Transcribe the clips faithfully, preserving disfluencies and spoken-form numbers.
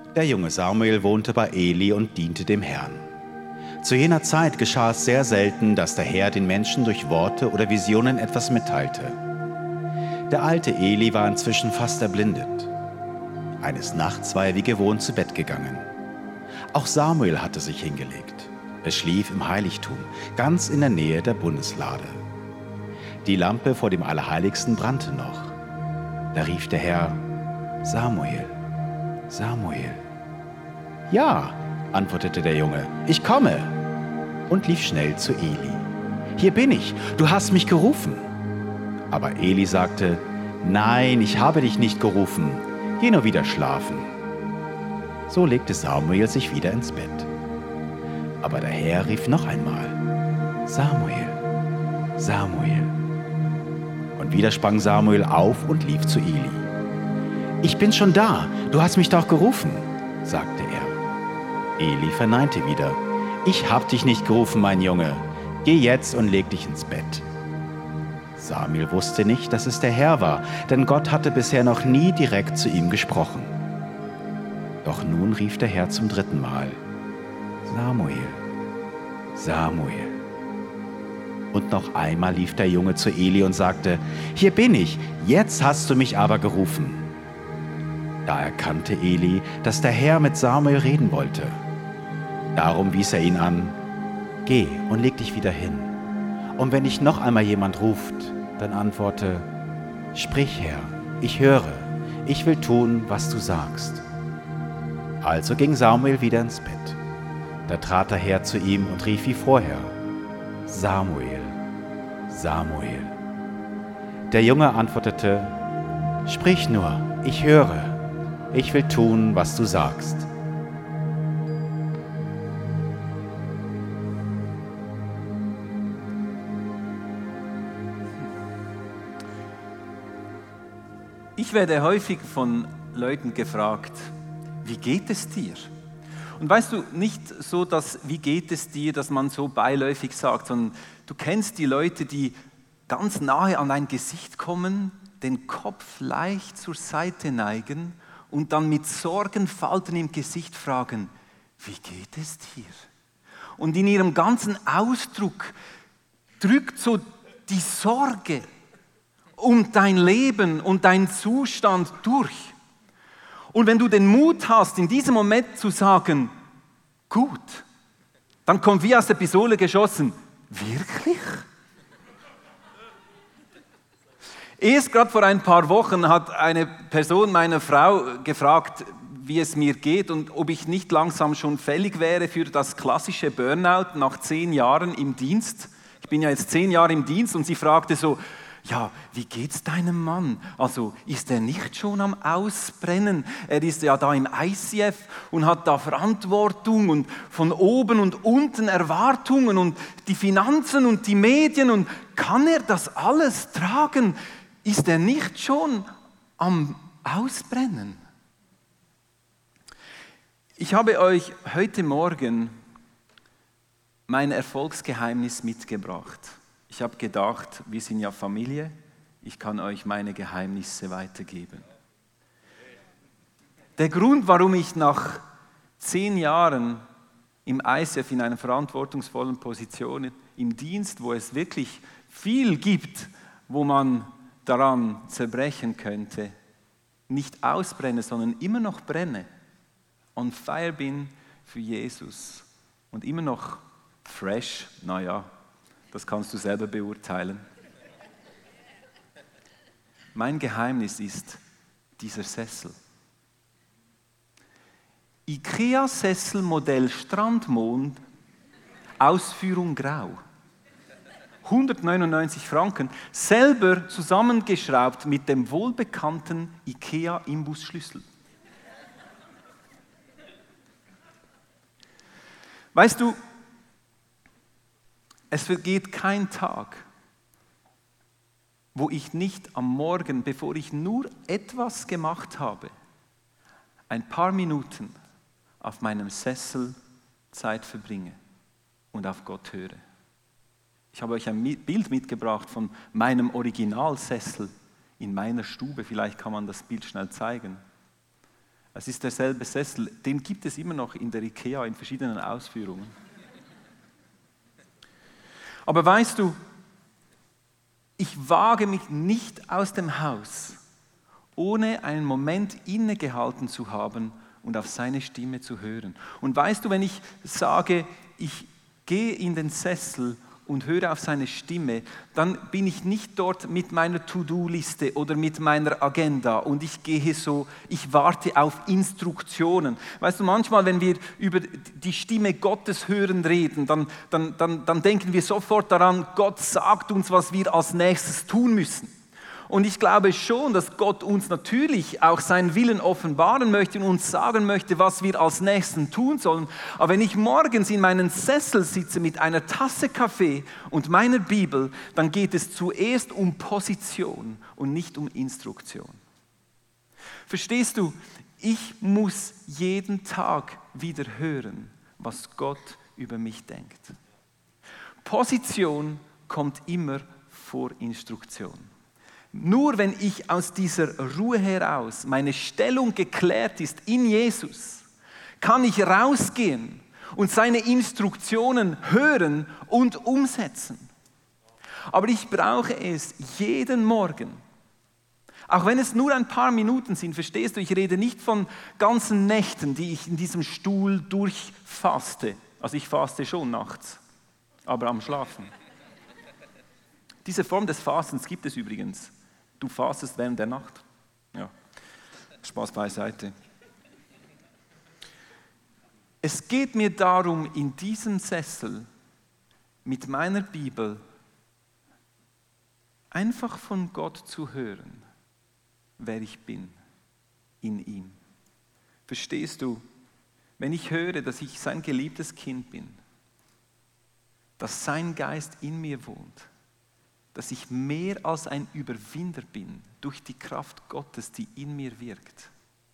Der junge Samuel wohnte bei Eli und diente dem Herrn. Zu jener Zeit geschah es sehr selten, dass der Herr den Menschen durch Worte oder Visionen etwas mitteilte. Der alte Eli war inzwischen fast erblindet. Eines Nachts war er wie gewohnt zu Bett gegangen. Auch Samuel hatte sich hingelegt. Er schlief im Heiligtum, ganz in der Nähe der Bundeslade. Die Lampe vor dem Allerheiligsten brannte noch. Da rief der Herr: Samuel, Samuel. Ja, antwortete der Junge, ich komme, und lief schnell zu Eli. Hier bin ich, du hast mich gerufen. Aber Eli sagte: Nein, ich habe dich nicht gerufen, geh nur wieder schlafen. So legte Samuel sich wieder ins Bett. Aber der Herr rief noch einmal: Samuel, Samuel. Und wieder sprang Samuel auf und lief zu Eli. Ich bin schon da, du hast mich doch gerufen, sagte er. Eli verneinte wieder: Ich hab dich nicht gerufen, mein Junge. Geh jetzt und leg dich ins Bett. Samuel wusste nicht, dass es der Herr war, denn Gott hatte bisher noch nie direkt zu ihm gesprochen. Doch nun rief der Herr zum dritten Mal: Samuel, Samuel. Und noch einmal lief der Junge zu Eli und sagte: Hier bin ich, jetzt hast du mich aber gerufen. Da erkannte Eli, dass der Herr mit Samuel reden wollte. Darum wies er ihn an: Geh und leg dich wieder hin. Und wenn dich noch einmal jemand ruft, dann antworte: Sprich, Herr, ich höre, ich will tun, was du sagst. Also ging Samuel wieder ins Bett. Da trat der Herr zu ihm und rief wie vorher: Samuel, Samuel. Der Junge antwortete: Sprich nur, ich höre, ich will tun, was du sagst. Ich werde häufig von Leuten gefragt: Wie geht es dir? Und weißt du, nicht so, dass wie geht es dir, dass man so beiläufig sagt, sondern du kennst die Leute, die ganz nahe an dein Gesicht kommen, den Kopf leicht zur Seite neigen und dann mit Sorgenfalten im Gesicht fragen: Wie geht es dir? Und in ihrem ganzen Ausdruck drückt so die Sorge um dein Leben und deinen Zustand durch. Und wenn du den Mut hast, in diesem Moment zu sagen: Gut, dann kommt wie aus der Pistole geschossen: Wirklich? Erst gerade vor ein paar Wochen hat eine Person meiner Frau gefragt, wie es mir geht und ob ich nicht langsam schon fällig wäre für das klassische Burnout nach zehn Jahren im Dienst. Ich bin ja jetzt zehn Jahre im Dienst und sie fragte so: Ja, wie geht's deinem Mann? Also ist er nicht schon am Ausbrennen? Er ist ja da im I C F und hat da Verantwortung und von oben und unten Erwartungen und die Finanzen und die Medien, und kann er das alles tragen? Ist er nicht schon am Ausbrennen? Ich habe euch heute Morgen mein Erfolgsgeheimnis mitgebracht. Ich habe gedacht, wir sind ja Familie, ich kann euch meine Geheimnisse weitergeben. Der Grund, warum ich nach zehn Jahren im I C F in einer verantwortungsvollen Position im Dienst, wo es wirklich viel gibt, wo man daran zerbrechen könnte, nicht ausbrenne, sondern immer noch brenne, on fire bin für Jesus und immer noch fresh, naja, das kannst du selber beurteilen. Mein Geheimnis ist dieser Sessel. IKEA-Sesselmodell Strandmond, Ausführung grau. hundertneunundneunzig Franken, selber zusammengeschraubt mit dem wohlbekannten IKEA-Imbusschlüssel. Weißt du, es vergeht kein Tag, wo ich nicht am Morgen, bevor ich nur etwas gemacht habe, ein paar Minuten auf meinem Sessel Zeit verbringe und auf Gott höre. Ich habe euch ein Bild mitgebracht von meinem Originalsessel in meiner Stube. Vielleicht kann man das Bild schnell zeigen. Es ist derselbe Sessel, den gibt es immer noch in der IKEA in verschiedenen Ausführungen. Aber weißt du, ich wage mich nicht aus dem Haus, ohne einen Moment innegehalten zu haben und auf seine Stimme zu hören. Und weißt du, wenn ich sage, ich gehe in den Sessel und höre auf seine Stimme, dann bin ich nicht dort mit meiner To-Do-Liste oder mit meiner Agenda und ich gehe so, ich warte auf Instruktionen. Weißt du, manchmal, wenn wir über die Stimme Gottes hören reden, dann, dann, dann, dann denken wir sofort daran, Gott sagt uns, was wir als nächstes tun müssen. Und ich glaube schon, dass Gott uns natürlich auch seinen Willen offenbaren möchte und uns sagen möchte, was wir als Nächsten tun sollen. Aber wenn ich morgens in meinen Sessel sitze mit einer Tasse Kaffee und meiner Bibel, dann geht es zuerst um Position und nicht um Instruktion. Verstehst du? Ich muss jeden Tag wieder hören, was Gott über mich denkt. Position kommt immer vor Instruktion. Nur wenn ich aus dieser Ruhe heraus, meine Stellung geklärt ist in Jesus, kann ich rausgehen und seine Instruktionen hören und umsetzen. Aber ich brauche es jeden Morgen. Auch wenn es nur ein paar Minuten sind, verstehst du, ich rede nicht von ganzen Nächten, die ich in diesem Stuhl durchfaste. Also ich faste schon nachts, aber am Schlafen. Diese Form des Fastens gibt es übrigens. Du fastest während der Nacht. Ja, Spaß beiseite. Es geht mir darum, in diesem Sessel mit meiner Bibel einfach von Gott zu hören, wer ich bin in ihm. Verstehst du, wenn ich höre, dass ich sein geliebtes Kind bin, dass sein Geist in mir wohnt, dass ich mehr als ein Überwinder bin durch die Kraft Gottes, die in mir wirkt,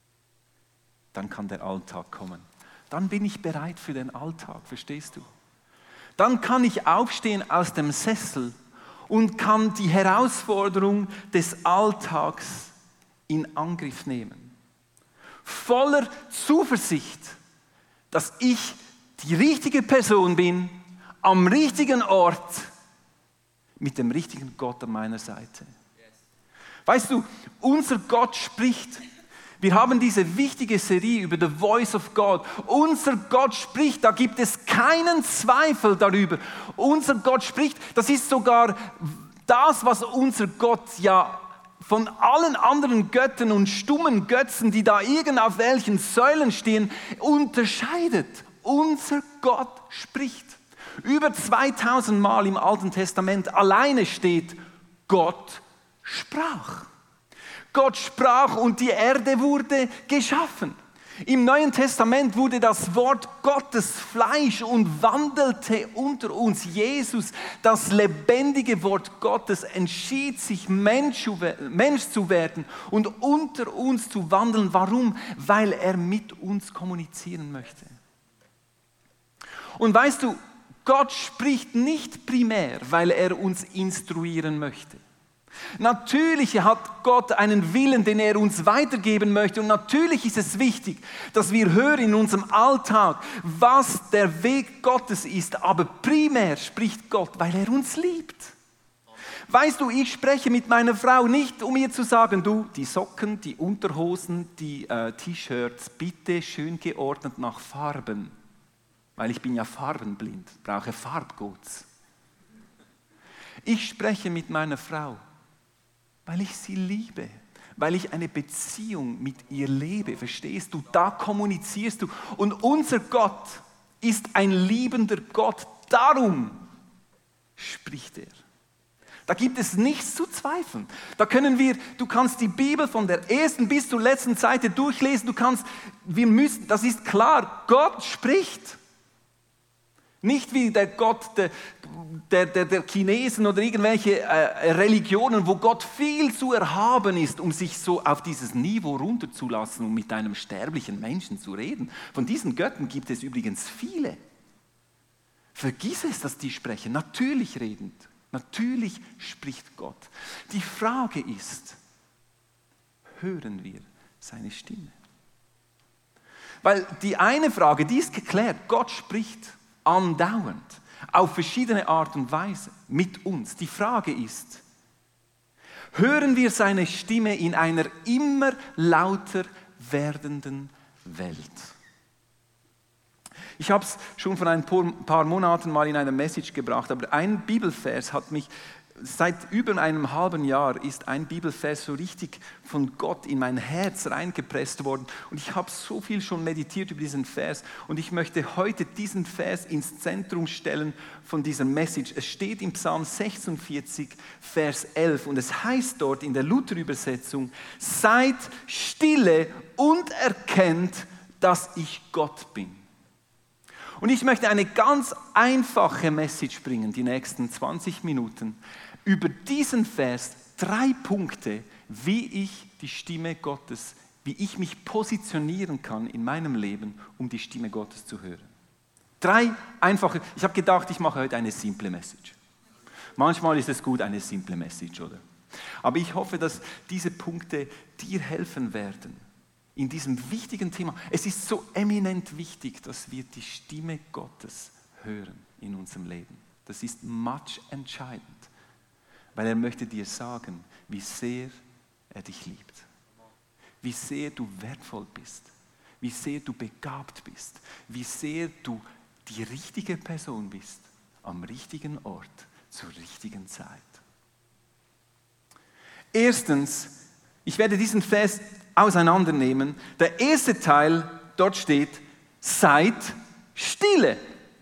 dann kann der Alltag kommen. Dann bin ich bereit für den Alltag, verstehst du? Dann kann ich aufstehen aus dem Sessel und kann die Herausforderung des Alltags in Angriff nehmen. Voller Zuversicht, dass ich die richtige Person bin, am richtigen Ort, mit dem richtigen Gott an meiner Seite. Weißt du, unser Gott spricht. Wir haben diese wichtige Serie über The Voice of God. Unser Gott spricht, da gibt es keinen Zweifel darüber. Unser Gott spricht, das ist sogar das, was unser Gott ja von allen anderen Göttern und stummen Götzen, die da irgend auf welchen Säulen stehen, unterscheidet. Unser Gott spricht. Über zweitausend Mal im Alten Testament alleine steht, Gott sprach. Gott sprach und die Erde wurde geschaffen. Im Neuen Testament wurde das Wort Gottes Fleisch und wandelte unter uns. Jesus, das lebendige Wort Gottes, entschied sich Mensch zu werden und unter uns zu wandeln. Warum? Weil er mit uns kommunizieren möchte. Und weißt du, Gott spricht nicht primär, weil er uns instruieren möchte. Natürlich hat Gott einen Willen, den er uns weitergeben möchte. Und natürlich ist es wichtig, dass wir hören in unserem Alltag, was der Weg Gottes ist. Aber primär spricht Gott, weil er uns liebt. Weißt du, ich spreche mit meiner Frau nicht, um ihr zu sagen, du, die Socken, die Unterhosen, die äh, T-Shirts, bitte schön geordnet nach Farben. Weil ich bin ja farbenblind, brauche Farbcodes. Ich spreche mit meiner Frau, weil ich sie liebe, weil ich eine Beziehung mit ihr lebe, verstehst du? Da kommunizierst du. Und unser Gott ist ein liebender Gott, darum spricht er. Da gibt es nichts zu zweifeln. Da können wir, du kannst die Bibel von der ersten bis zur letzten Seite durchlesen, du kannst, wir müssen, das ist klar, Gott spricht. Nicht wie der Gott der, der, der, der Chinesen oder irgendwelche äh, Religionen, wo Gott viel zu erhaben ist, um sich so auf dieses Niveau runterzulassen, um mit einem sterblichen Menschen zu reden. Von diesen Göttern gibt es übrigens viele. Vergiss es, dass die sprechen. Natürlich redend. Natürlich spricht Gott. Die Frage ist, hören wir seine Stimme? Weil die eine Frage, die ist geklärt. Gott spricht andauernd, auf verschiedene Art und Weise mit uns. Die Frage ist, hören wir seine Stimme in einer immer lauter werdenden Welt? Ich habe es schon vor ein paar Monaten mal in einer Message gebracht, aber ein Bibelvers hat mich, seit über einem halben Jahr ist ein Bibelvers so richtig von Gott in mein Herz reingepresst worden und ich habe so viel schon meditiert über diesen Vers und ich möchte heute diesen Vers ins Zentrum stellen von dieser Message. Es steht im Psalm sechsundvierzig, Vers elf und es heißt dort in der Luther-Übersetzung: Seid stille und erkennt, dass ich Gott bin. Und ich möchte eine ganz einfache Message bringen, die nächsten zwanzig Minuten, über diesen Vers, drei Punkte, wie ich die Stimme Gottes, wie ich mich positionieren kann in meinem Leben, um die Stimme Gottes zu hören. Drei einfache, ich habe gedacht, ich mache heute eine simple Message. Manchmal ist es gut, eine simple Message, oder? Aber ich hoffe, dass diese Punkte dir helfen werden. In diesem wichtigen Thema. Es ist so eminent wichtig, dass wir die Stimme Gottes hören in unserem Leben. Das ist much entscheidend, weil er möchte dir sagen, wie sehr er dich liebt, wie sehr du wertvoll bist, wie sehr du begabt bist, wie sehr du die richtige Person bist, am richtigen Ort, zur richtigen Zeit. Erstens, ich werde diesen Vers auseinandernehmen. Der erste Teil, dort steht, seid stille.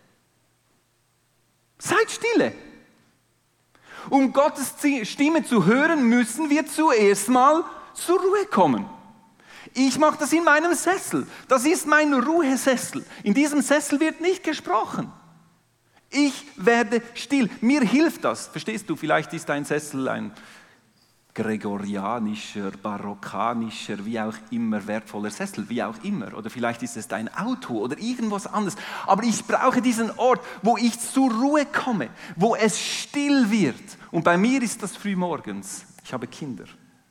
Seid stille. Um Gottes Stimme zu hören, müssen wir zuerst mal zur Ruhe kommen. Ich mache das in meinem Sessel. Das ist mein Ruhesessel. In diesem Sessel wird nicht gesprochen. Ich werde still. Mir hilft das. Verstehst du, vielleicht ist ein Sessel ein gregorianischer, barockanischer, wie auch immer wertvoller Sessel, wie auch immer. Oder vielleicht ist es dein Auto oder irgendwas anderes. Aber ich brauche diesen Ort, wo ich zur Ruhe komme, wo es still wird. Und bei mir ist das frühmorgens. Ich habe Kinder.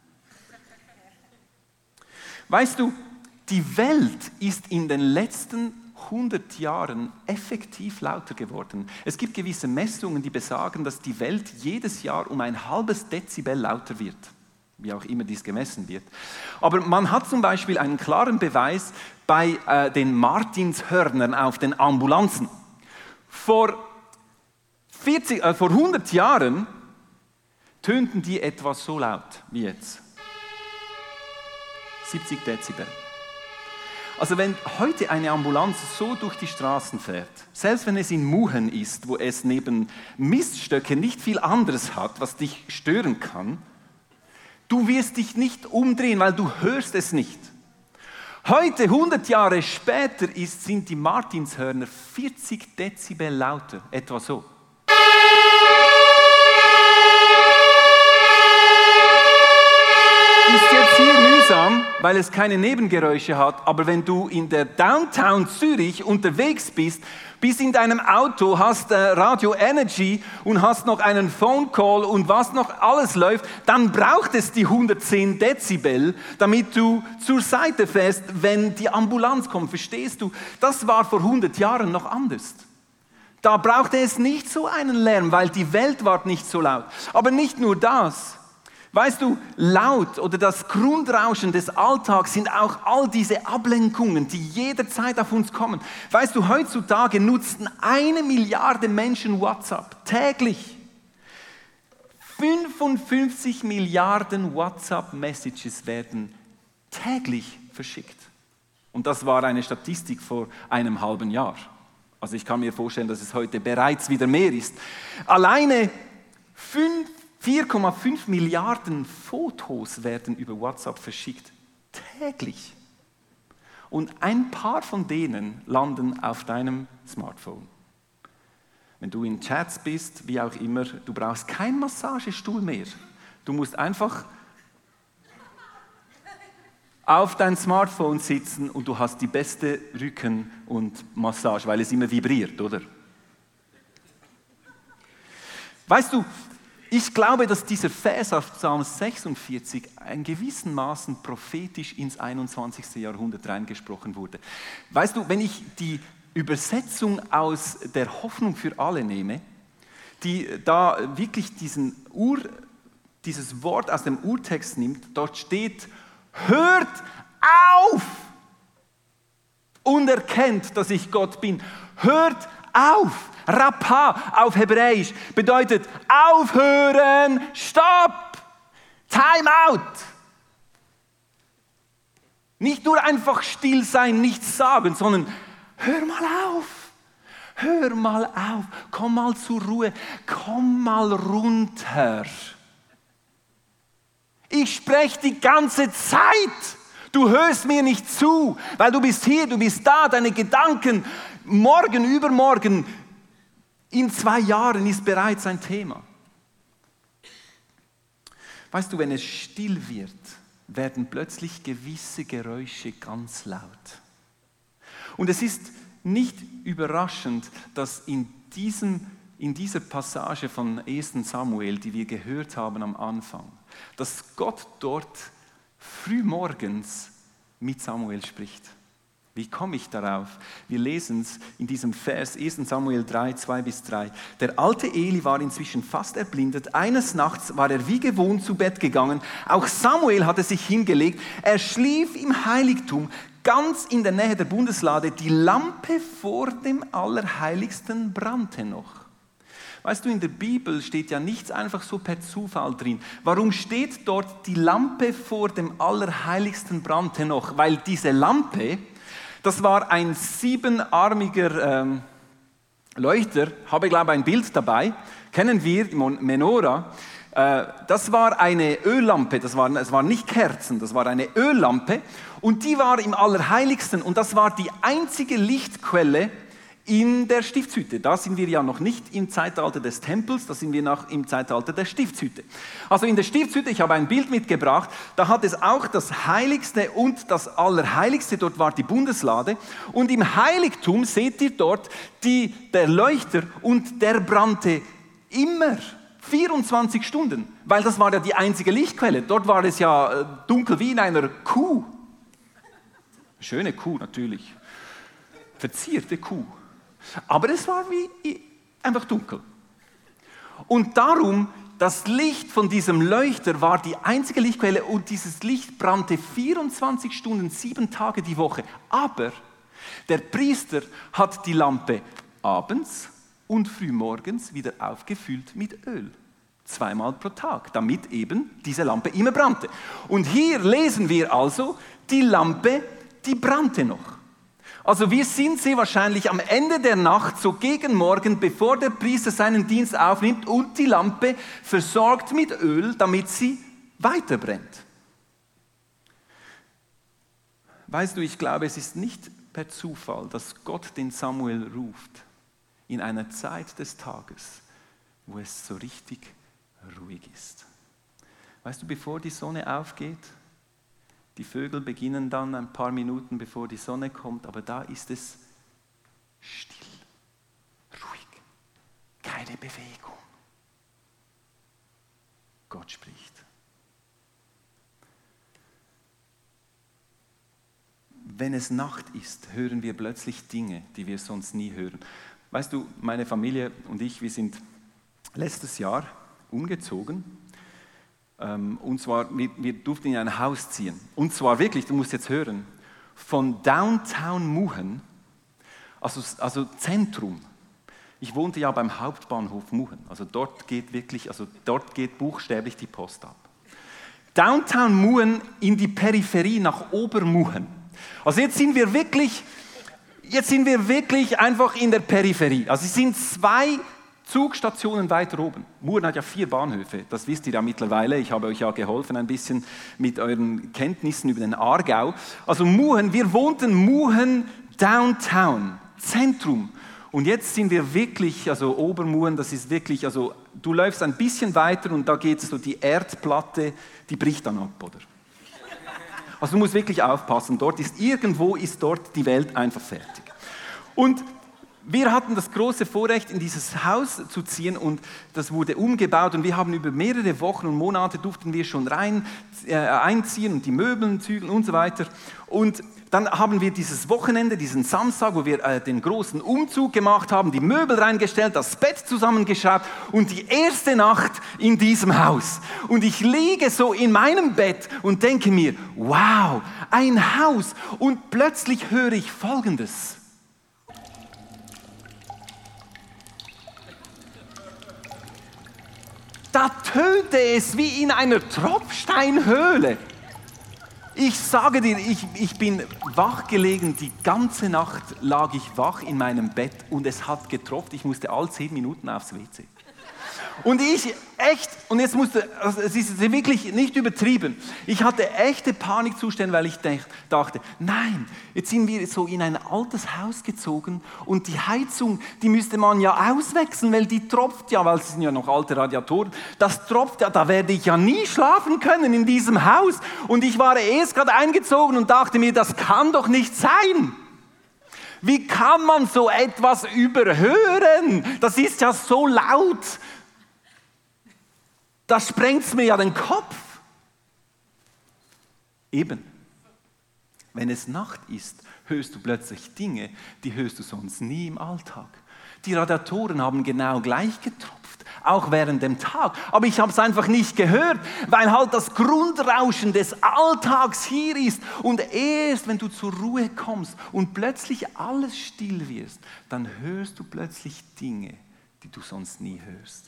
Weißt du, die Welt ist in den letzten hundert Jahren effektiv lauter geworden. Es gibt gewisse Messungen, die besagen, dass die Welt jedes Jahr um ein halbes Dezibel lauter wird, wie auch immer dies gemessen wird. Aber man hat zum Beispiel einen klaren Beweis bei äh, den Martinshörnern auf den Ambulanzen. Vor, vierzig, äh, vor hundert Jahren tönten die etwa so laut wie jetzt. siebzig Dezibel. Also wenn heute eine Ambulanz so durch die Straßen fährt, selbst wenn es in Muchen ist, wo es neben Miststöcken nicht viel anderes hat, was dich stören kann, du wirst dich nicht umdrehen, weil du hörst es nicht. Heute, hundert Jahre später, ist, sind die Martinshörner vierzig Dezibel lauter, etwa so. Ist jetzt hier mühsam, weil es keine Nebengeräusche hat, aber wenn du in der Downtown Zürich unterwegs bist, bist in deinem Auto, hast äh, Radio Energy und hast noch einen Phone Call und was noch alles läuft, dann braucht es die hundertzehn Dezibel, damit du zur Seite fährst, wenn die Ambulanz kommt. Verstehst du? Das war vor hundert Jahren noch anders. Da brauchte es nicht so einen Lärm, weil die Welt war nicht so laut. Aber nicht nur das. Weißt du, laut oder das Grundrauschen des Alltags sind auch all diese Ablenkungen, die jederzeit auf uns kommen. Weißt du, heutzutage nutzen eine Milliarde Menschen WhatsApp täglich. fünfundfünfzig Milliarden WhatsApp-Messages werden täglich verschickt. Und das war eine Statistik vor einem halben Jahr. Also ich kann mir vorstellen, dass es heute bereits wieder mehr ist. Alleine vier Komma fünf Milliarden Fotos werden über WhatsApp verschickt, täglich. Und ein paar von denen landen auf deinem Smartphone. Wenn du in Chats bist, wie auch immer, du brauchst keinen Massagestuhl mehr. Du musst einfach auf dein Smartphone sitzen und du hast die beste Rücken- und Massage, weil es immer vibriert, oder? Weißt du, Ich glaube, dass dieser Vers auf Psalm sechsundvierzig in gewissen Maßen prophetisch ins einundzwanzigste Jahrhundert reingesprochen wurde. Weißt du, wenn ich die Übersetzung aus der Hoffnung für alle nehme, die da wirklich diesen Ur, dieses Wort aus dem Urtext nimmt, dort steht, hört auf und erkennt, dass ich Gott bin. Hört auf. Rapa auf Hebräisch bedeutet aufhören, stopp, time out. Nicht nur einfach still sein, nichts sagen, sondern hör mal auf, hör mal auf, komm mal zur Ruhe, komm mal runter. Ich spreche die ganze Zeit. Du hörst mir nicht zu, weil du bist hier, du bist da, deine Gedanken, morgen, übermorgen, in zwei Jahren ist bereits ein Thema. Weißt du, wenn es still wird, werden plötzlich gewisse Geräusche ganz laut. Und es ist nicht überraschend, dass in, diesem, in dieser Passage von ersten Samuel, die wir gehört haben am Anfang, dass Gott dort frühmorgens mit Samuel spricht. Wie komme ich darauf? Wir lesen es in diesem Vers ersten Samuel drei, zwei bis drei. Der alte Eli war inzwischen fast erblindet. Eines Nachts war er wie gewohnt zu Bett gegangen. Auch Samuel hatte sich hingelegt. Er schlief im Heiligtum, ganz in der Nähe der Bundeslade. Die Lampe vor dem Allerheiligsten brannte noch. Weißt du, in der Bibel steht ja nichts einfach so per Zufall drin. Warum steht dort, die Lampe vor dem Allerheiligsten brannte noch? Weil diese Lampe, das war ein siebenarmiger ähm, Leuchter, habe, glaube ich, ein Bild dabei, kennen wir, Menorah. Äh, das war eine Öllampe, das waren, es waren nicht Kerzen, das war eine Öllampe und die war im Allerheiligsten und das war die einzige Lichtquelle in der Stiftshütte. Da sind wir ja noch nicht im Zeitalter des Tempels, da sind wir noch im Zeitalter der Stiftshütte. Also in der Stiftshütte, ich habe ein Bild mitgebracht, da hat es auch das Heiligste und das Allerheiligste, dort war die Bundeslade. Und im Heiligtum seht ihr dort die, der Leuchter und der brannte immer, vierundzwanzig Stunden, weil das war ja die einzige Lichtquelle. Dort war es ja dunkel wie in einer Kuh. Schöne Kuh natürlich, verzierte Kuh. Aber es war wie einfach dunkel. Und darum, das Licht von diesem Leuchter war die einzige Lichtquelle und dieses Licht brannte vierundzwanzig Stunden, sieben Tage die Woche. Aber der Priester hat die Lampe abends und frühmorgens wieder aufgefüllt mit Öl. Zweimal pro Tag, damit eben diese Lampe immer brannte. Und hier lesen wir also, die Lampe, die brannte noch. Also wir sind sehr wahrscheinlich am Ende der Nacht, so gegen Morgen, bevor der Priester seinen Dienst aufnimmt und die Lampe versorgt mit Öl, damit sie weiter brennt. Weißt du, ich glaube, es ist nicht per Zufall, dass Gott den Samuel ruft in einer Zeit des Tages, wo es so richtig ruhig ist. Weißt du, bevor die Sonne aufgeht, die Vögel beginnen dann ein paar Minuten, bevor die Sonne kommt, aber da ist es still, ruhig, keine Bewegung. Gott spricht. Wenn es Nacht ist, hören wir plötzlich Dinge, die wir sonst nie hören. Weißt du, meine Familie und ich, wir sind letztes Jahr umgezogen. Und zwar, wir, wir durften in ein Haus ziehen. Und zwar wirklich, du musst jetzt hören, von Downtown Muchen, also, also Zentrum. Ich wohnte ja beim Hauptbahnhof Muchen. Also dort geht wirklich, also dort geht buchstäblich die Post ab. Downtown Muchen in die Peripherie nach Obermuchen. Also jetzt sind wir wirklich, jetzt sind wir wirklich einfach in der Peripherie. Also es sind zwei Zugstationen weiter oben. Muchen hat ja vier Bahnhöfe, das wisst ihr ja mittlerweile. Ich habe euch ja geholfen ein bisschen mit euren Kenntnissen über den Aargau. Also Muchen, wir wohnten Muchen Downtown, Zentrum. Und jetzt sind wir wirklich, also Obermuchen, das ist wirklich, also du läufst ein bisschen weiter und da geht es so, die Erdplatte, die bricht dann ab, oder? Also du musst wirklich aufpassen, dort ist, irgendwo ist dort die Welt einfach fertig. Und wir hatten das große Vorrecht, in dieses Haus zu ziehen und das wurde umgebaut und wir haben über mehrere Wochen und Monate durften wir schon rein äh, einziehen und die Möbeln zügeln und so weiter. Und dann haben wir dieses Wochenende, diesen Samstag, wo wir äh, den großen Umzug gemacht haben, die Möbel reingestellt, das Bett zusammengeschraubt und die erste Nacht in diesem Haus. Und ich liege so in meinem Bett und denke mir, wow, ein Haus. Und plötzlich höre ich Folgendes. Da tönte es wie in einer Tropfsteinhöhle. Ich sage dir, ich, ich bin wach gelegen, die ganze Nacht lag ich wach in meinem Bett und es hat getropft. Ich musste alle zehn Minuten aufs W C. Und ich echt, und jetzt musste, also es ist wirklich nicht übertrieben, ich hatte echte Panikzustände, weil ich dachte, nein, jetzt sind wir so in ein altes Haus gezogen und die Heizung, die müsste man ja auswechseln, weil die tropft ja, weil es sind ja noch alte Radiatoren, das tropft ja, da werde ich ja nie schlafen können in diesem Haus. Und ich war erst gerade eingezogen und dachte mir, das kann doch nicht sein. Wie kann man so etwas überhören? Das ist ja so laut. Das sprengt mir ja den Kopf. Eben, wenn es Nacht ist, hörst du plötzlich Dinge, die hörst du sonst nie im Alltag. Die Radiatoren haben genau gleich getropft, auch während dem Tag. Aber ich habe es einfach nicht gehört, weil halt das Grundrauschen des Alltags hier ist. Und erst, wenn du zur Ruhe kommst und plötzlich alles still wirst, dann hörst du plötzlich Dinge, die du sonst nie hörst.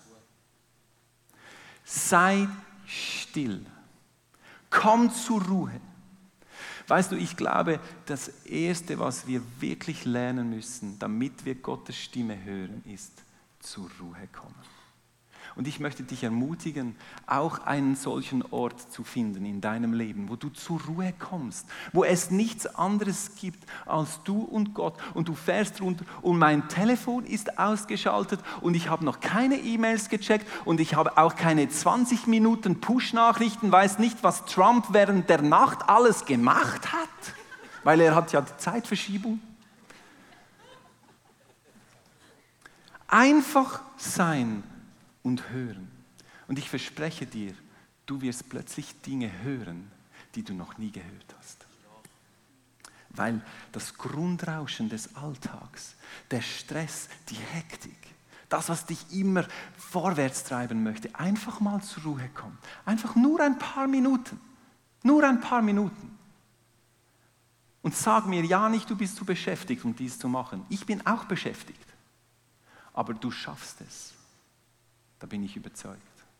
Sei still. Komm zur Ruhe. Weißt du, ich glaube, das Erste, was wir wirklich lernen müssen, damit wir Gottes Stimme hören, ist zur Ruhe kommen. Und ich möchte dich ermutigen, auch einen solchen Ort zu finden in deinem Leben, wo du zur Ruhe kommst, wo es nichts anderes gibt als du und Gott. Und du fährst runter und mein Telefon ist ausgeschaltet und ich habe noch keine E-Mails gecheckt und ich habe auch keine zwanzig Minuten Push-Nachrichten, weiß nicht, was Trump während der Nacht alles gemacht hat, weil er hat ja die Zeitverschiebung. Einfach sein und hören. Und ich verspreche dir, du wirst plötzlich Dinge hören, die du noch nie gehört hast. Weil das Grundrauschen des Alltags, der Stress, die Hektik, das, was dich immer vorwärts treiben möchte, einfach mal zur Ruhe kommt. Einfach nur ein paar Minuten. Nur ein paar Minuten. Und sag mir ja nicht, du bist zu beschäftigt, um dies zu machen. Ich bin auch beschäftigt. Aber du schaffst es. Da bin ich überzeugt.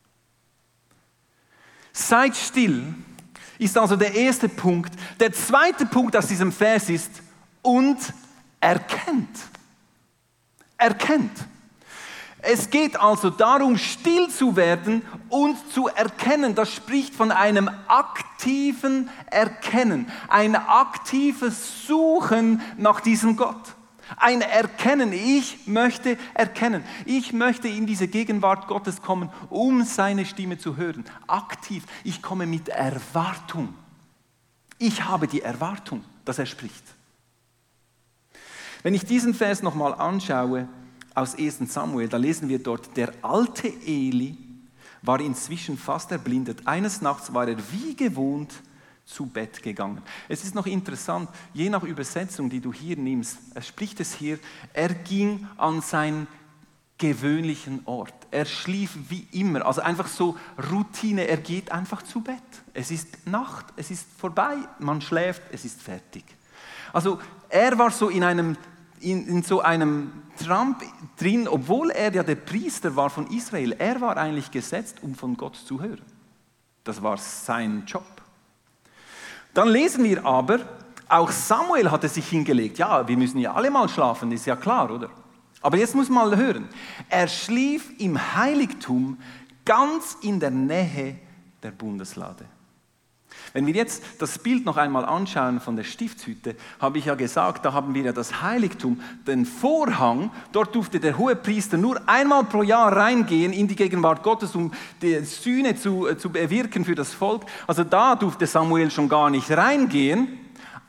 Seid still ist also der erste Punkt. Der zweite Punkt aus diesem Vers ist, und erkennt. Erkennt. Es geht also darum, still zu werden und zu erkennen. Das spricht von einem aktiven Erkennen, ein aktives Suchen nach diesem Gott. Ein Erkennen, ich möchte erkennen. Ich möchte in diese Gegenwart Gottes kommen, um seine Stimme zu hören. Aktiv, ich komme mit Erwartung. Ich habe die Erwartung, dass er spricht. Wenn ich diesen Vers nochmal anschaue, aus ersten Samuel, da lesen wir dort, der alte Eli war inzwischen fast erblindet. Eines Nachts war er wie gewohnt zu Bett gegangen. Es ist noch interessant, je nach Übersetzung, die du hier nimmst, es spricht es hier, er ging an seinen gewöhnlichen Ort. Er schlief wie immer, also einfach so Routine, er geht einfach zu Bett. Es ist Nacht, es ist vorbei, man schläft, es ist fertig. Also er war so in einem, in, in so einem Trump drin, obwohl er ja der Priester war von Israel, er war eigentlich gesetzt, um von Gott zu hören. Das war sein Job. Dann lesen wir aber, auch Samuel hatte sich hingelegt. Ja, wir müssen ja alle mal schlafen, ist ja klar, oder? Aber jetzt muss man mal hören. Er schlief im Heiligtum ganz in der Nähe der Bundeslade. Wenn wir jetzt das Bild noch einmal anschauen von der Stiftshütte, habe ich ja gesagt, da haben wir ja das Heiligtum, den Vorhang, dort durfte der Hohepriester nur einmal pro Jahr reingehen in die Gegenwart Gottes, um die Sühne zu, zu bewirken für das Volk. Also da durfte Samuel schon gar nicht reingehen,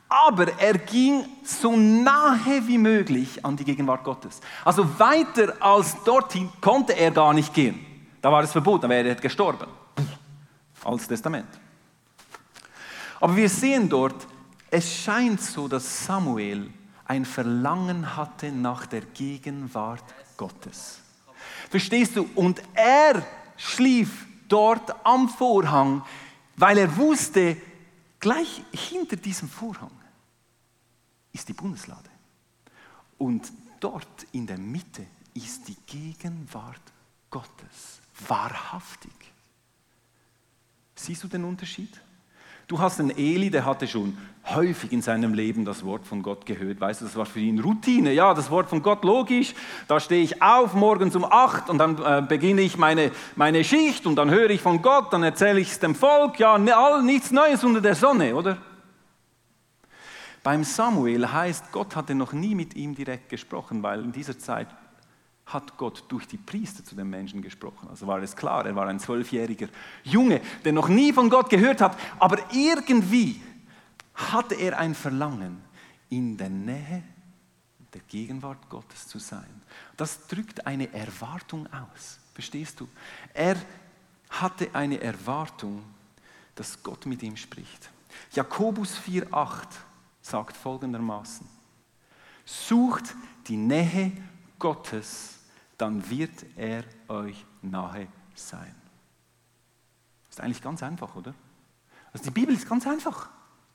Aber er ging so nahe wie möglich an die Gegenwart Gottes. Also weiter als dorthin konnte er gar nicht gehen. Da war es verboten, da wäre er gestorben. Altes Testament. Aber wir sehen dort, es scheint so, dass Samuel ein Verlangen hatte nach der Gegenwart Gottes. Verstehst du? Und er schlief dort am Vorhang, weil er wusste, gleich hinter diesem Vorhang ist die Bundeslade. Und dort in der Mitte ist die Gegenwart Gottes. Wahrhaftig. Siehst du den Unterschied? Du hast einen Eli, der hatte schon häufig in seinem Leben das Wort von Gott gehört. Weißt du, das war für ihn Routine. Ja, das Wort von Gott, logisch. Da stehe ich auf morgens um acht und dann äh, beginne ich meine, meine Schicht und dann höre ich von Gott, dann erzähle ich es dem Volk. Ja, all, nichts Neues unter der Sonne, oder? Beim Samuel heißt, Gott hatte noch nie mit ihm direkt gesprochen, weil in dieser Zeit hat Gott durch die Priester zu den Menschen gesprochen. Also war es klar, er war ein zwölfjähriger Junge, der noch nie von Gott gehört hat, aber irgendwie hatte er ein Verlangen, in der Nähe der Gegenwart Gottes zu sein. Das drückt eine Erwartung aus, verstehst du? Er hatte eine Erwartung, dass Gott mit ihm spricht. Jakobus vier acht sagt folgendermaßen: Sucht die Nähe Gottes, dann wird er euch nahe sein. Ist eigentlich ganz einfach, oder? Also die Bibel ist ganz einfach.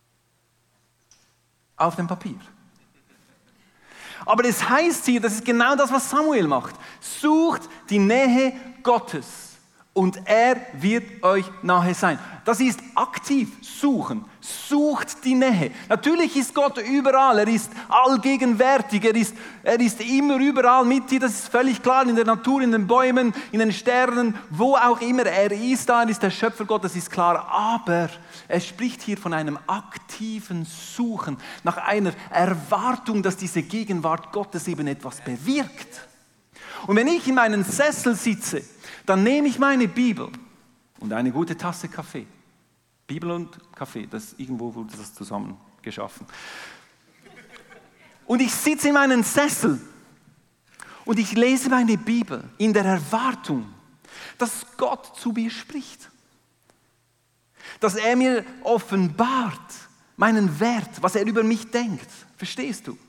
Auf dem Papier. Aber es heißt hier, das ist genau das, was Samuel macht. Sucht die Nähe Gottes und er wird euch nahe sein. Das ist aktiv suchen. Sucht die Nähe. Natürlich ist Gott überall. Er ist allgegenwärtig. Er ist, er ist immer überall mit dir. Das ist völlig klar. In der Natur, in den Bäumen, in den Sternen, wo auch immer. Er ist da. Er ist der Schöpfer Gott. Das ist klar. Aber er spricht hier von einem aktiven Suchen nach einer Erwartung, dass diese Gegenwart Gottes eben etwas bewirkt. Und wenn ich in meinem Sessel sitze, dann nehme ich meine Bibel und eine gute Tasse Kaffee. Bibel und Kaffee, das irgendwo wurde das zusammen geschaffen. Und ich sitze in meinem Sessel und ich lese meine Bibel in der Erwartung, dass Gott zu mir spricht. Dass er mir offenbart meinen Wert, was er über mich denkt. Verstehst du?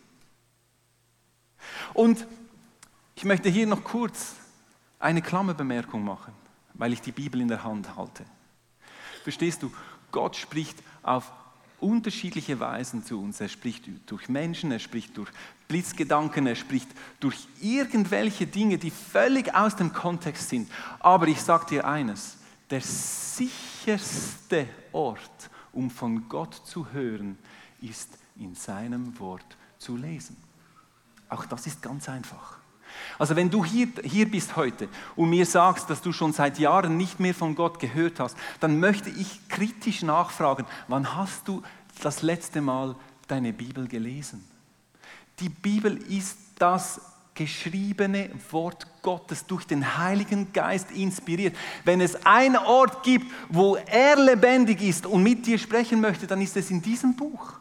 Und ich möchte hier noch kurz eine Klammerbemerkung machen, weil ich die Bibel in der Hand halte. Verstehst du? Gott spricht auf unterschiedliche Weisen zu uns. Er spricht durch Menschen, er spricht durch Blitzgedanken, er spricht durch irgendwelche Dinge, die völlig aus dem Kontext sind. Aber ich sage dir eines, der sicherste Ort, um von Gott zu hören, ist in seinem Wort zu lesen. Auch das ist ganz einfach. Also wenn du hier, hier bist heute und mir sagst, dass du schon seit Jahren nicht mehr von Gott gehört hast, dann möchte ich kritisch nachfragen, wann hast du das letzte Mal deine Bibel gelesen? Die Bibel ist das geschriebene Wort Gottes, durch den Heiligen Geist inspiriert. Wenn es einen Ort gibt, wo er lebendig ist und mit dir sprechen möchte, dann ist es in diesem Buch.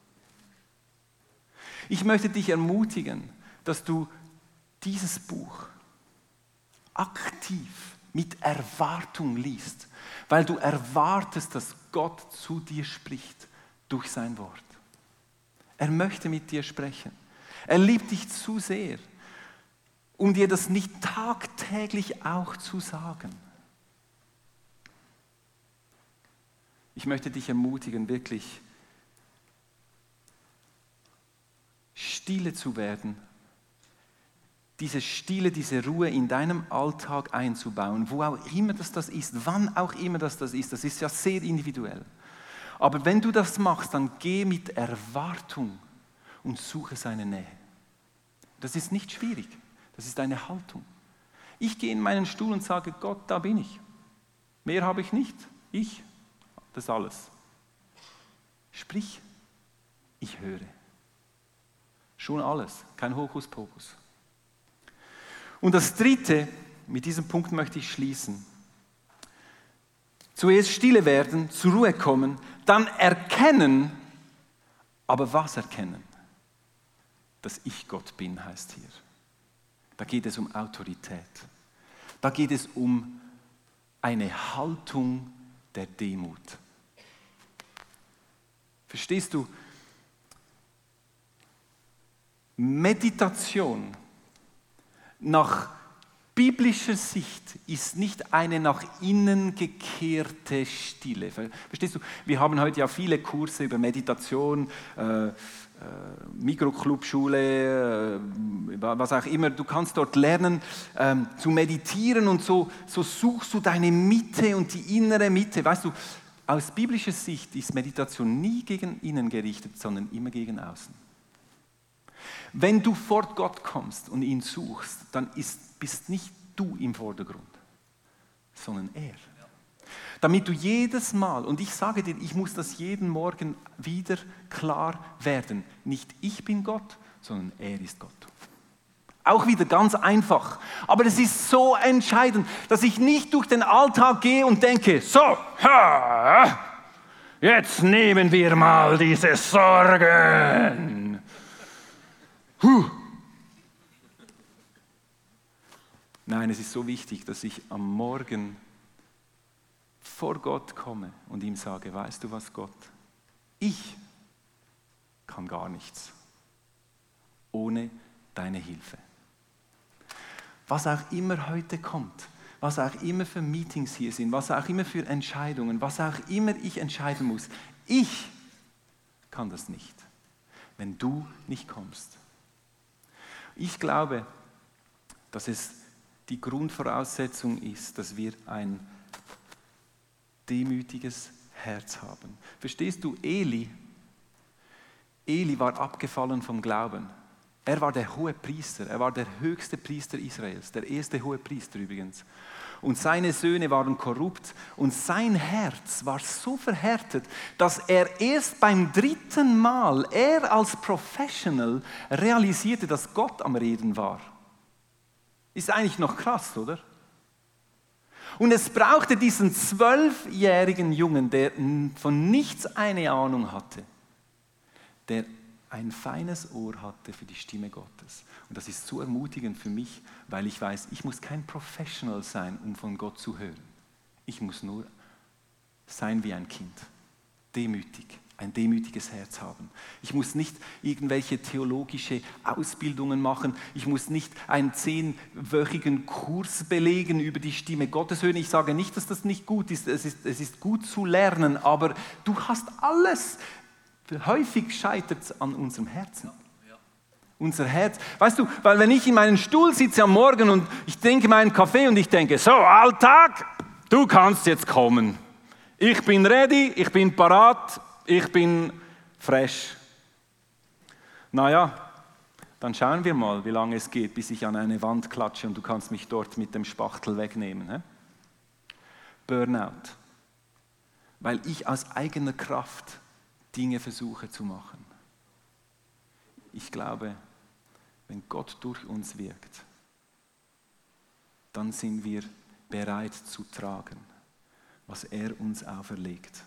Ich möchte dich ermutigen, dass du dieses Buch aktiv mit Erwartung liest, weil du erwartest, dass Gott zu dir spricht durch sein Wort. Er möchte mit dir sprechen. Er liebt dich zu sehr, um dir das nicht tagtäglich auch zu sagen. Ich möchte dich ermutigen, wirklich stille zu werden, diese Stille, diese Ruhe in deinem Alltag einzubauen, wo auch immer das, das ist, wann auch immer das, das ist, das ist ja sehr individuell. Aber wenn du das machst, dann geh mit Erwartung und suche seine Nähe. Das ist nicht schwierig, das ist eine Haltung. Ich gehe in meinen Stuhl und sage, Gott, da bin ich. Mehr habe ich nicht, ich, das alles. Sprich, ich höre. Schon alles, kein Hokuspokus. Und das Dritte, mit diesem Punkt möchte ich schließen. Zuerst stille werden, zur Ruhe kommen, dann erkennen, Aber was erkennen? Dass ich Gott bin, heißt hier. Da geht es um Autorität. Da geht es um eine Haltung der Demut. Verstehst du? Meditation nach biblischer Sicht ist nicht eine nach innen gekehrte Stille. Verstehst du? Wir haben heute ja viele Kurse über Meditation, äh, äh, Mikroclubschule, äh, was auch immer. Du kannst dort lernen äh, zu meditieren und so, so suchst du deine Mitte und die innere Mitte. Weißt du, aus biblischer Sicht ist Meditation nie gegen innen gerichtet, sondern immer gegen außen. Wenn du vor Gott kommst und ihn suchst, dann ist, bist nicht du im Vordergrund, sondern er. Damit du jedes Mal, und ich sage dir, ich muss das jeden Morgen wieder klar werden, nicht ich bin Gott, sondern er ist Gott. Auch wieder ganz einfach. Aber es ist so entscheidend, dass ich nicht durch den Alltag gehe und denke, so, ha, jetzt nehmen wir mal diese Sorgen. Huh. Nein, es ist so wichtig, dass ich am Morgen vor Gott komme und ihm sage, weißt du was, Gott? Ich kann gar nichts ohne deine Hilfe. Was auch immer heute kommt, was auch immer für Meetings hier sind, was auch immer für Entscheidungen, was auch immer ich entscheiden muss, ich kann das nicht, wenn du nicht kommst. Ich glaube, dass es die Grundvoraussetzung ist, dass wir ein demütiges Herz haben. Verstehst du, Eli, Eli war abgefallen vom Glauben. Er war der hohe Priester, er war der höchste Priester Israels, der erste hohe Priester übrigens. Und seine Söhne waren korrupt und sein Herz war so verhärtet, dass er erst beim dritten Mal, er als Professional, realisierte, dass Gott am Reden war. Ist eigentlich noch krass, oder? Und es brauchte diesen zwölfjährigen Jungen, der von nichts eine Ahnung hatte, der ein feines Ohr hatte für die Stimme Gottes. Und das ist so ermutigend für mich, weil ich weiß, ich muss kein Professional sein, um von Gott zu hören. Ich muss nur sein wie ein Kind, demütig, ein demütiges Herz haben. Ich muss nicht irgendwelche theologische Ausbildungen machen. Ich muss nicht einen zehnwöchigen Kurs belegen über die Stimme Gottes hören. Ich sage nicht, dass das nicht gut ist. Es ist, es ist gut zu lernen, aber du hast alles. Häufig scheitert es an unserem Herzen. Unser Herz. Weißt du, weil wenn ich in meinem Stuhl sitze am Morgen und ich trinke meinen Kaffee und ich denke, so Alltag, du kannst jetzt kommen. Ich bin ready, ich bin parat, ich bin fresh. Naja, dann schauen wir mal, wie lange es geht, bis ich an eine Wand klatsche und du kannst mich dort mit dem Spachtel wegnehmen. He? Burnout. Weil ich aus eigener Kraft Dinge versuche zu machen. Ich glaube, wenn Gott durch uns wirkt, dann sind wir bereit zu tragen, was er uns auferlegt.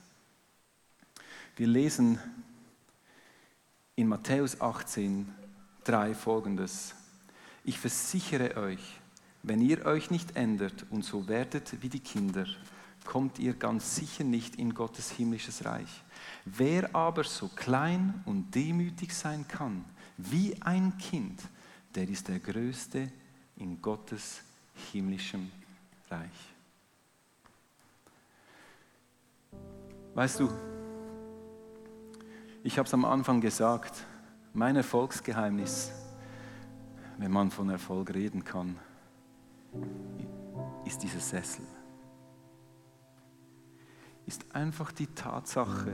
Wir lesen in Matthäus achtzehn, drei folgendes. Ich versichere euch, wenn ihr euch nicht ändert und so werdet wie die Kinder, kommt ihr ganz sicher nicht in Gottes himmlisches Reich. Wer aber so klein und demütig sein kann, wie ein Kind, der ist der Größte in Gottes himmlischem Reich. Weißt du, ich habe es am Anfang gesagt, mein Erfolgsgeheimnis, wenn man von Erfolg reden kann, ist dieser Sessel. Ist einfach die Tatsache,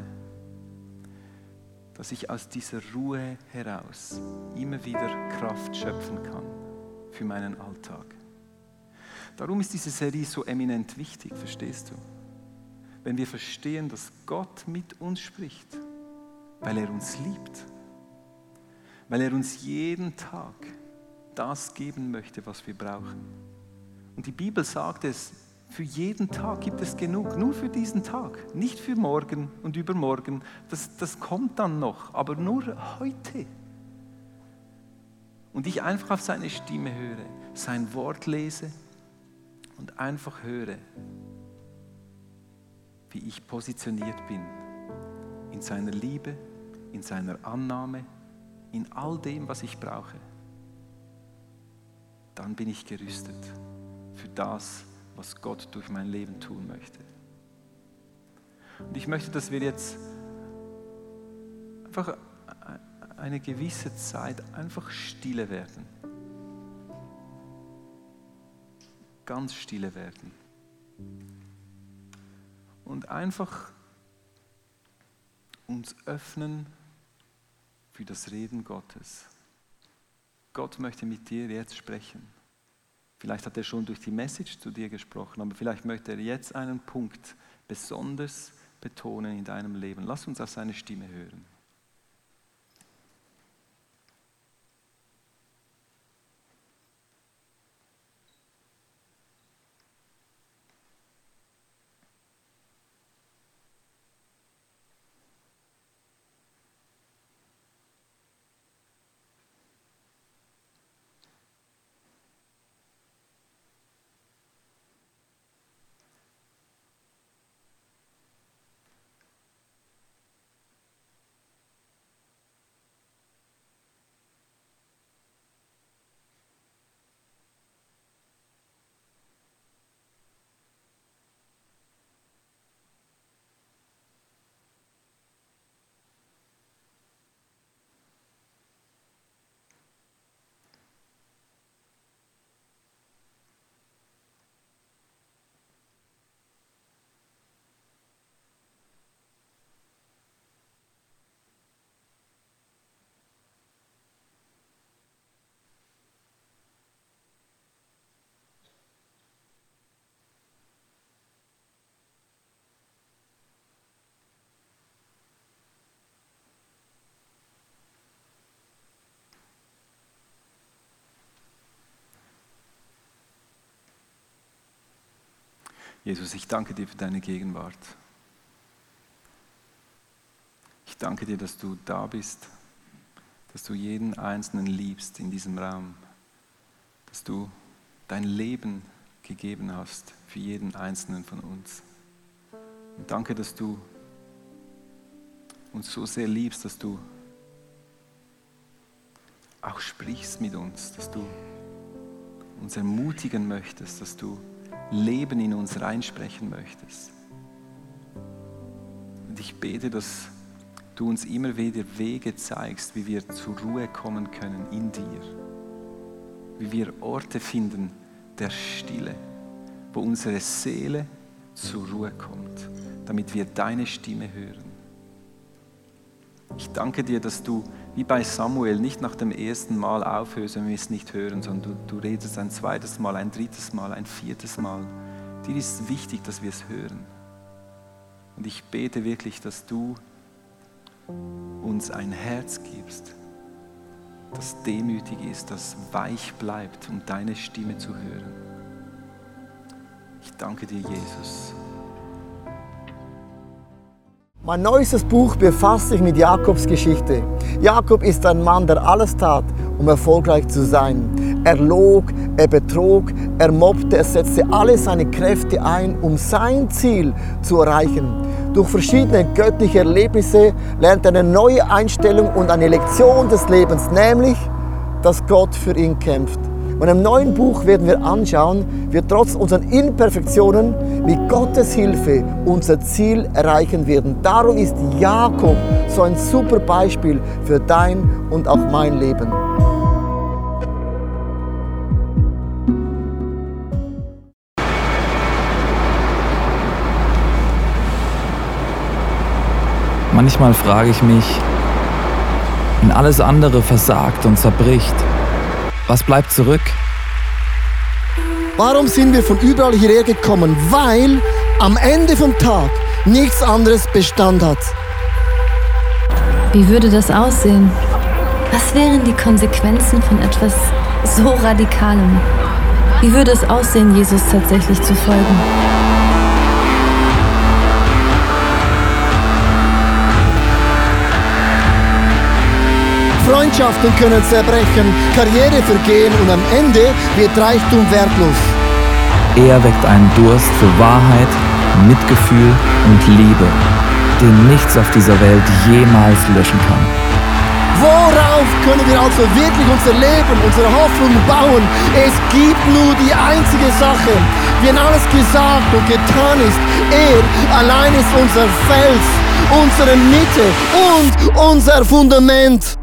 dass ich aus dieser Ruhe heraus immer wieder Kraft schöpfen kann für meinen Alltag. Darum ist diese Serie so eminent wichtig, verstehst du? Wenn wir verstehen, dass Gott mit uns spricht, weil er uns liebt, weil er uns jeden Tag das geben möchte, was wir brauchen. Und die Bibel sagt es Für jeden Tag gibt es genug, nur für diesen Tag, nicht für morgen und übermorgen. Das, das kommt dann noch, aber nur heute. Und ich einfach auf seine Stimme höre, sein Wort lese und einfach höre, wie ich positioniert bin in seiner Liebe, in seiner Annahme, in all dem, was ich brauche. Dann bin ich gerüstet für das, was Gott durch mein Leben tun möchte. Und ich möchte, dass wir jetzt einfach eine gewisse Zeit einfach stille werden. Ganz stille werden. Und einfach uns öffnen für das Reden Gottes. Gott möchte mit dir jetzt sprechen. Vielleicht hat er schon durch die Message zu dir gesprochen, aber vielleicht möchte er jetzt einen Punkt besonders betonen in deinem Leben. Lass uns auf seine Stimme hören. Jesus, ich danke dir für deine Gegenwart. Ich danke dir, dass du da bist, dass du jeden Einzelnen liebst in diesem Raum, dass du dein Leben gegeben hast für jeden Einzelnen von uns. Und danke, dass du uns so sehr liebst, dass du auch sprichst mit uns, dass du uns ermutigen möchtest, dass du Leben in uns reinsprechen möchtest. Und ich bete, dass du uns immer wieder Wege zeigst, wie wir zur Ruhe kommen können in dir. Wie wir Orte finden der Stille, wo unsere Seele zur Ruhe kommt, damit wir deine Stimme hören. Ich danke dir, dass du wie bei Samuel nicht nach dem ersten Mal aufhörst, wenn wir es nicht hören, sondern du, du redest ein zweites Mal, ein drittes Mal, ein viertes Mal. Dir ist wichtig, dass wir es hören. Und ich bete wirklich, dass du uns ein Herz gibst, das demütig ist, das weich bleibt, um deine Stimme zu hören. Ich danke dir, Jesus. Mein neuestes Buch befasst sich mit Jakobs Geschichte. Jakob ist ein Mann, der alles tat, um erfolgreich zu sein. Er log, er betrog, er mobbte, er setzte alle seine Kräfte ein, um sein Ziel zu erreichen. Durch verschiedene göttliche Erlebnisse lernt er eine neue Einstellung und eine Lektion des Lebens, nämlich, dass Gott für ihn kämpft. Und im neuen Buch werden wir anschauen, wie wir trotz unseren Imperfektionen mit Gottes Hilfe unser Ziel erreichen werden. Darum ist Jakob so ein super Beispiel für dein und auch mein Leben. Manchmal frage ich mich, wenn alles andere versagt und zerbricht, was bleibt zurück? Warum sind wir von überall hierher gekommen? Weil am Ende vom Tag nichts anderes Bestand hat. Wie würde das aussehen? Was wären die Konsequenzen von etwas so Radikalem? Wie würde es aussehen, Jesus tatsächlich zu folgen? Freundschaften können zerbrechen, Karriere vergehen und am Ende wird Reichtum wertlos. Er weckt einen Durst für Wahrheit, Mitgefühl und Liebe, den nichts auf dieser Welt jemals löschen kann. Worauf können wir also wirklich unser Leben, unsere Hoffnung bauen? Es gibt nur die einzige Sache. Wenn alles gesagt und getan ist, er allein ist unser Fels, unsere Mitte und unser Fundament.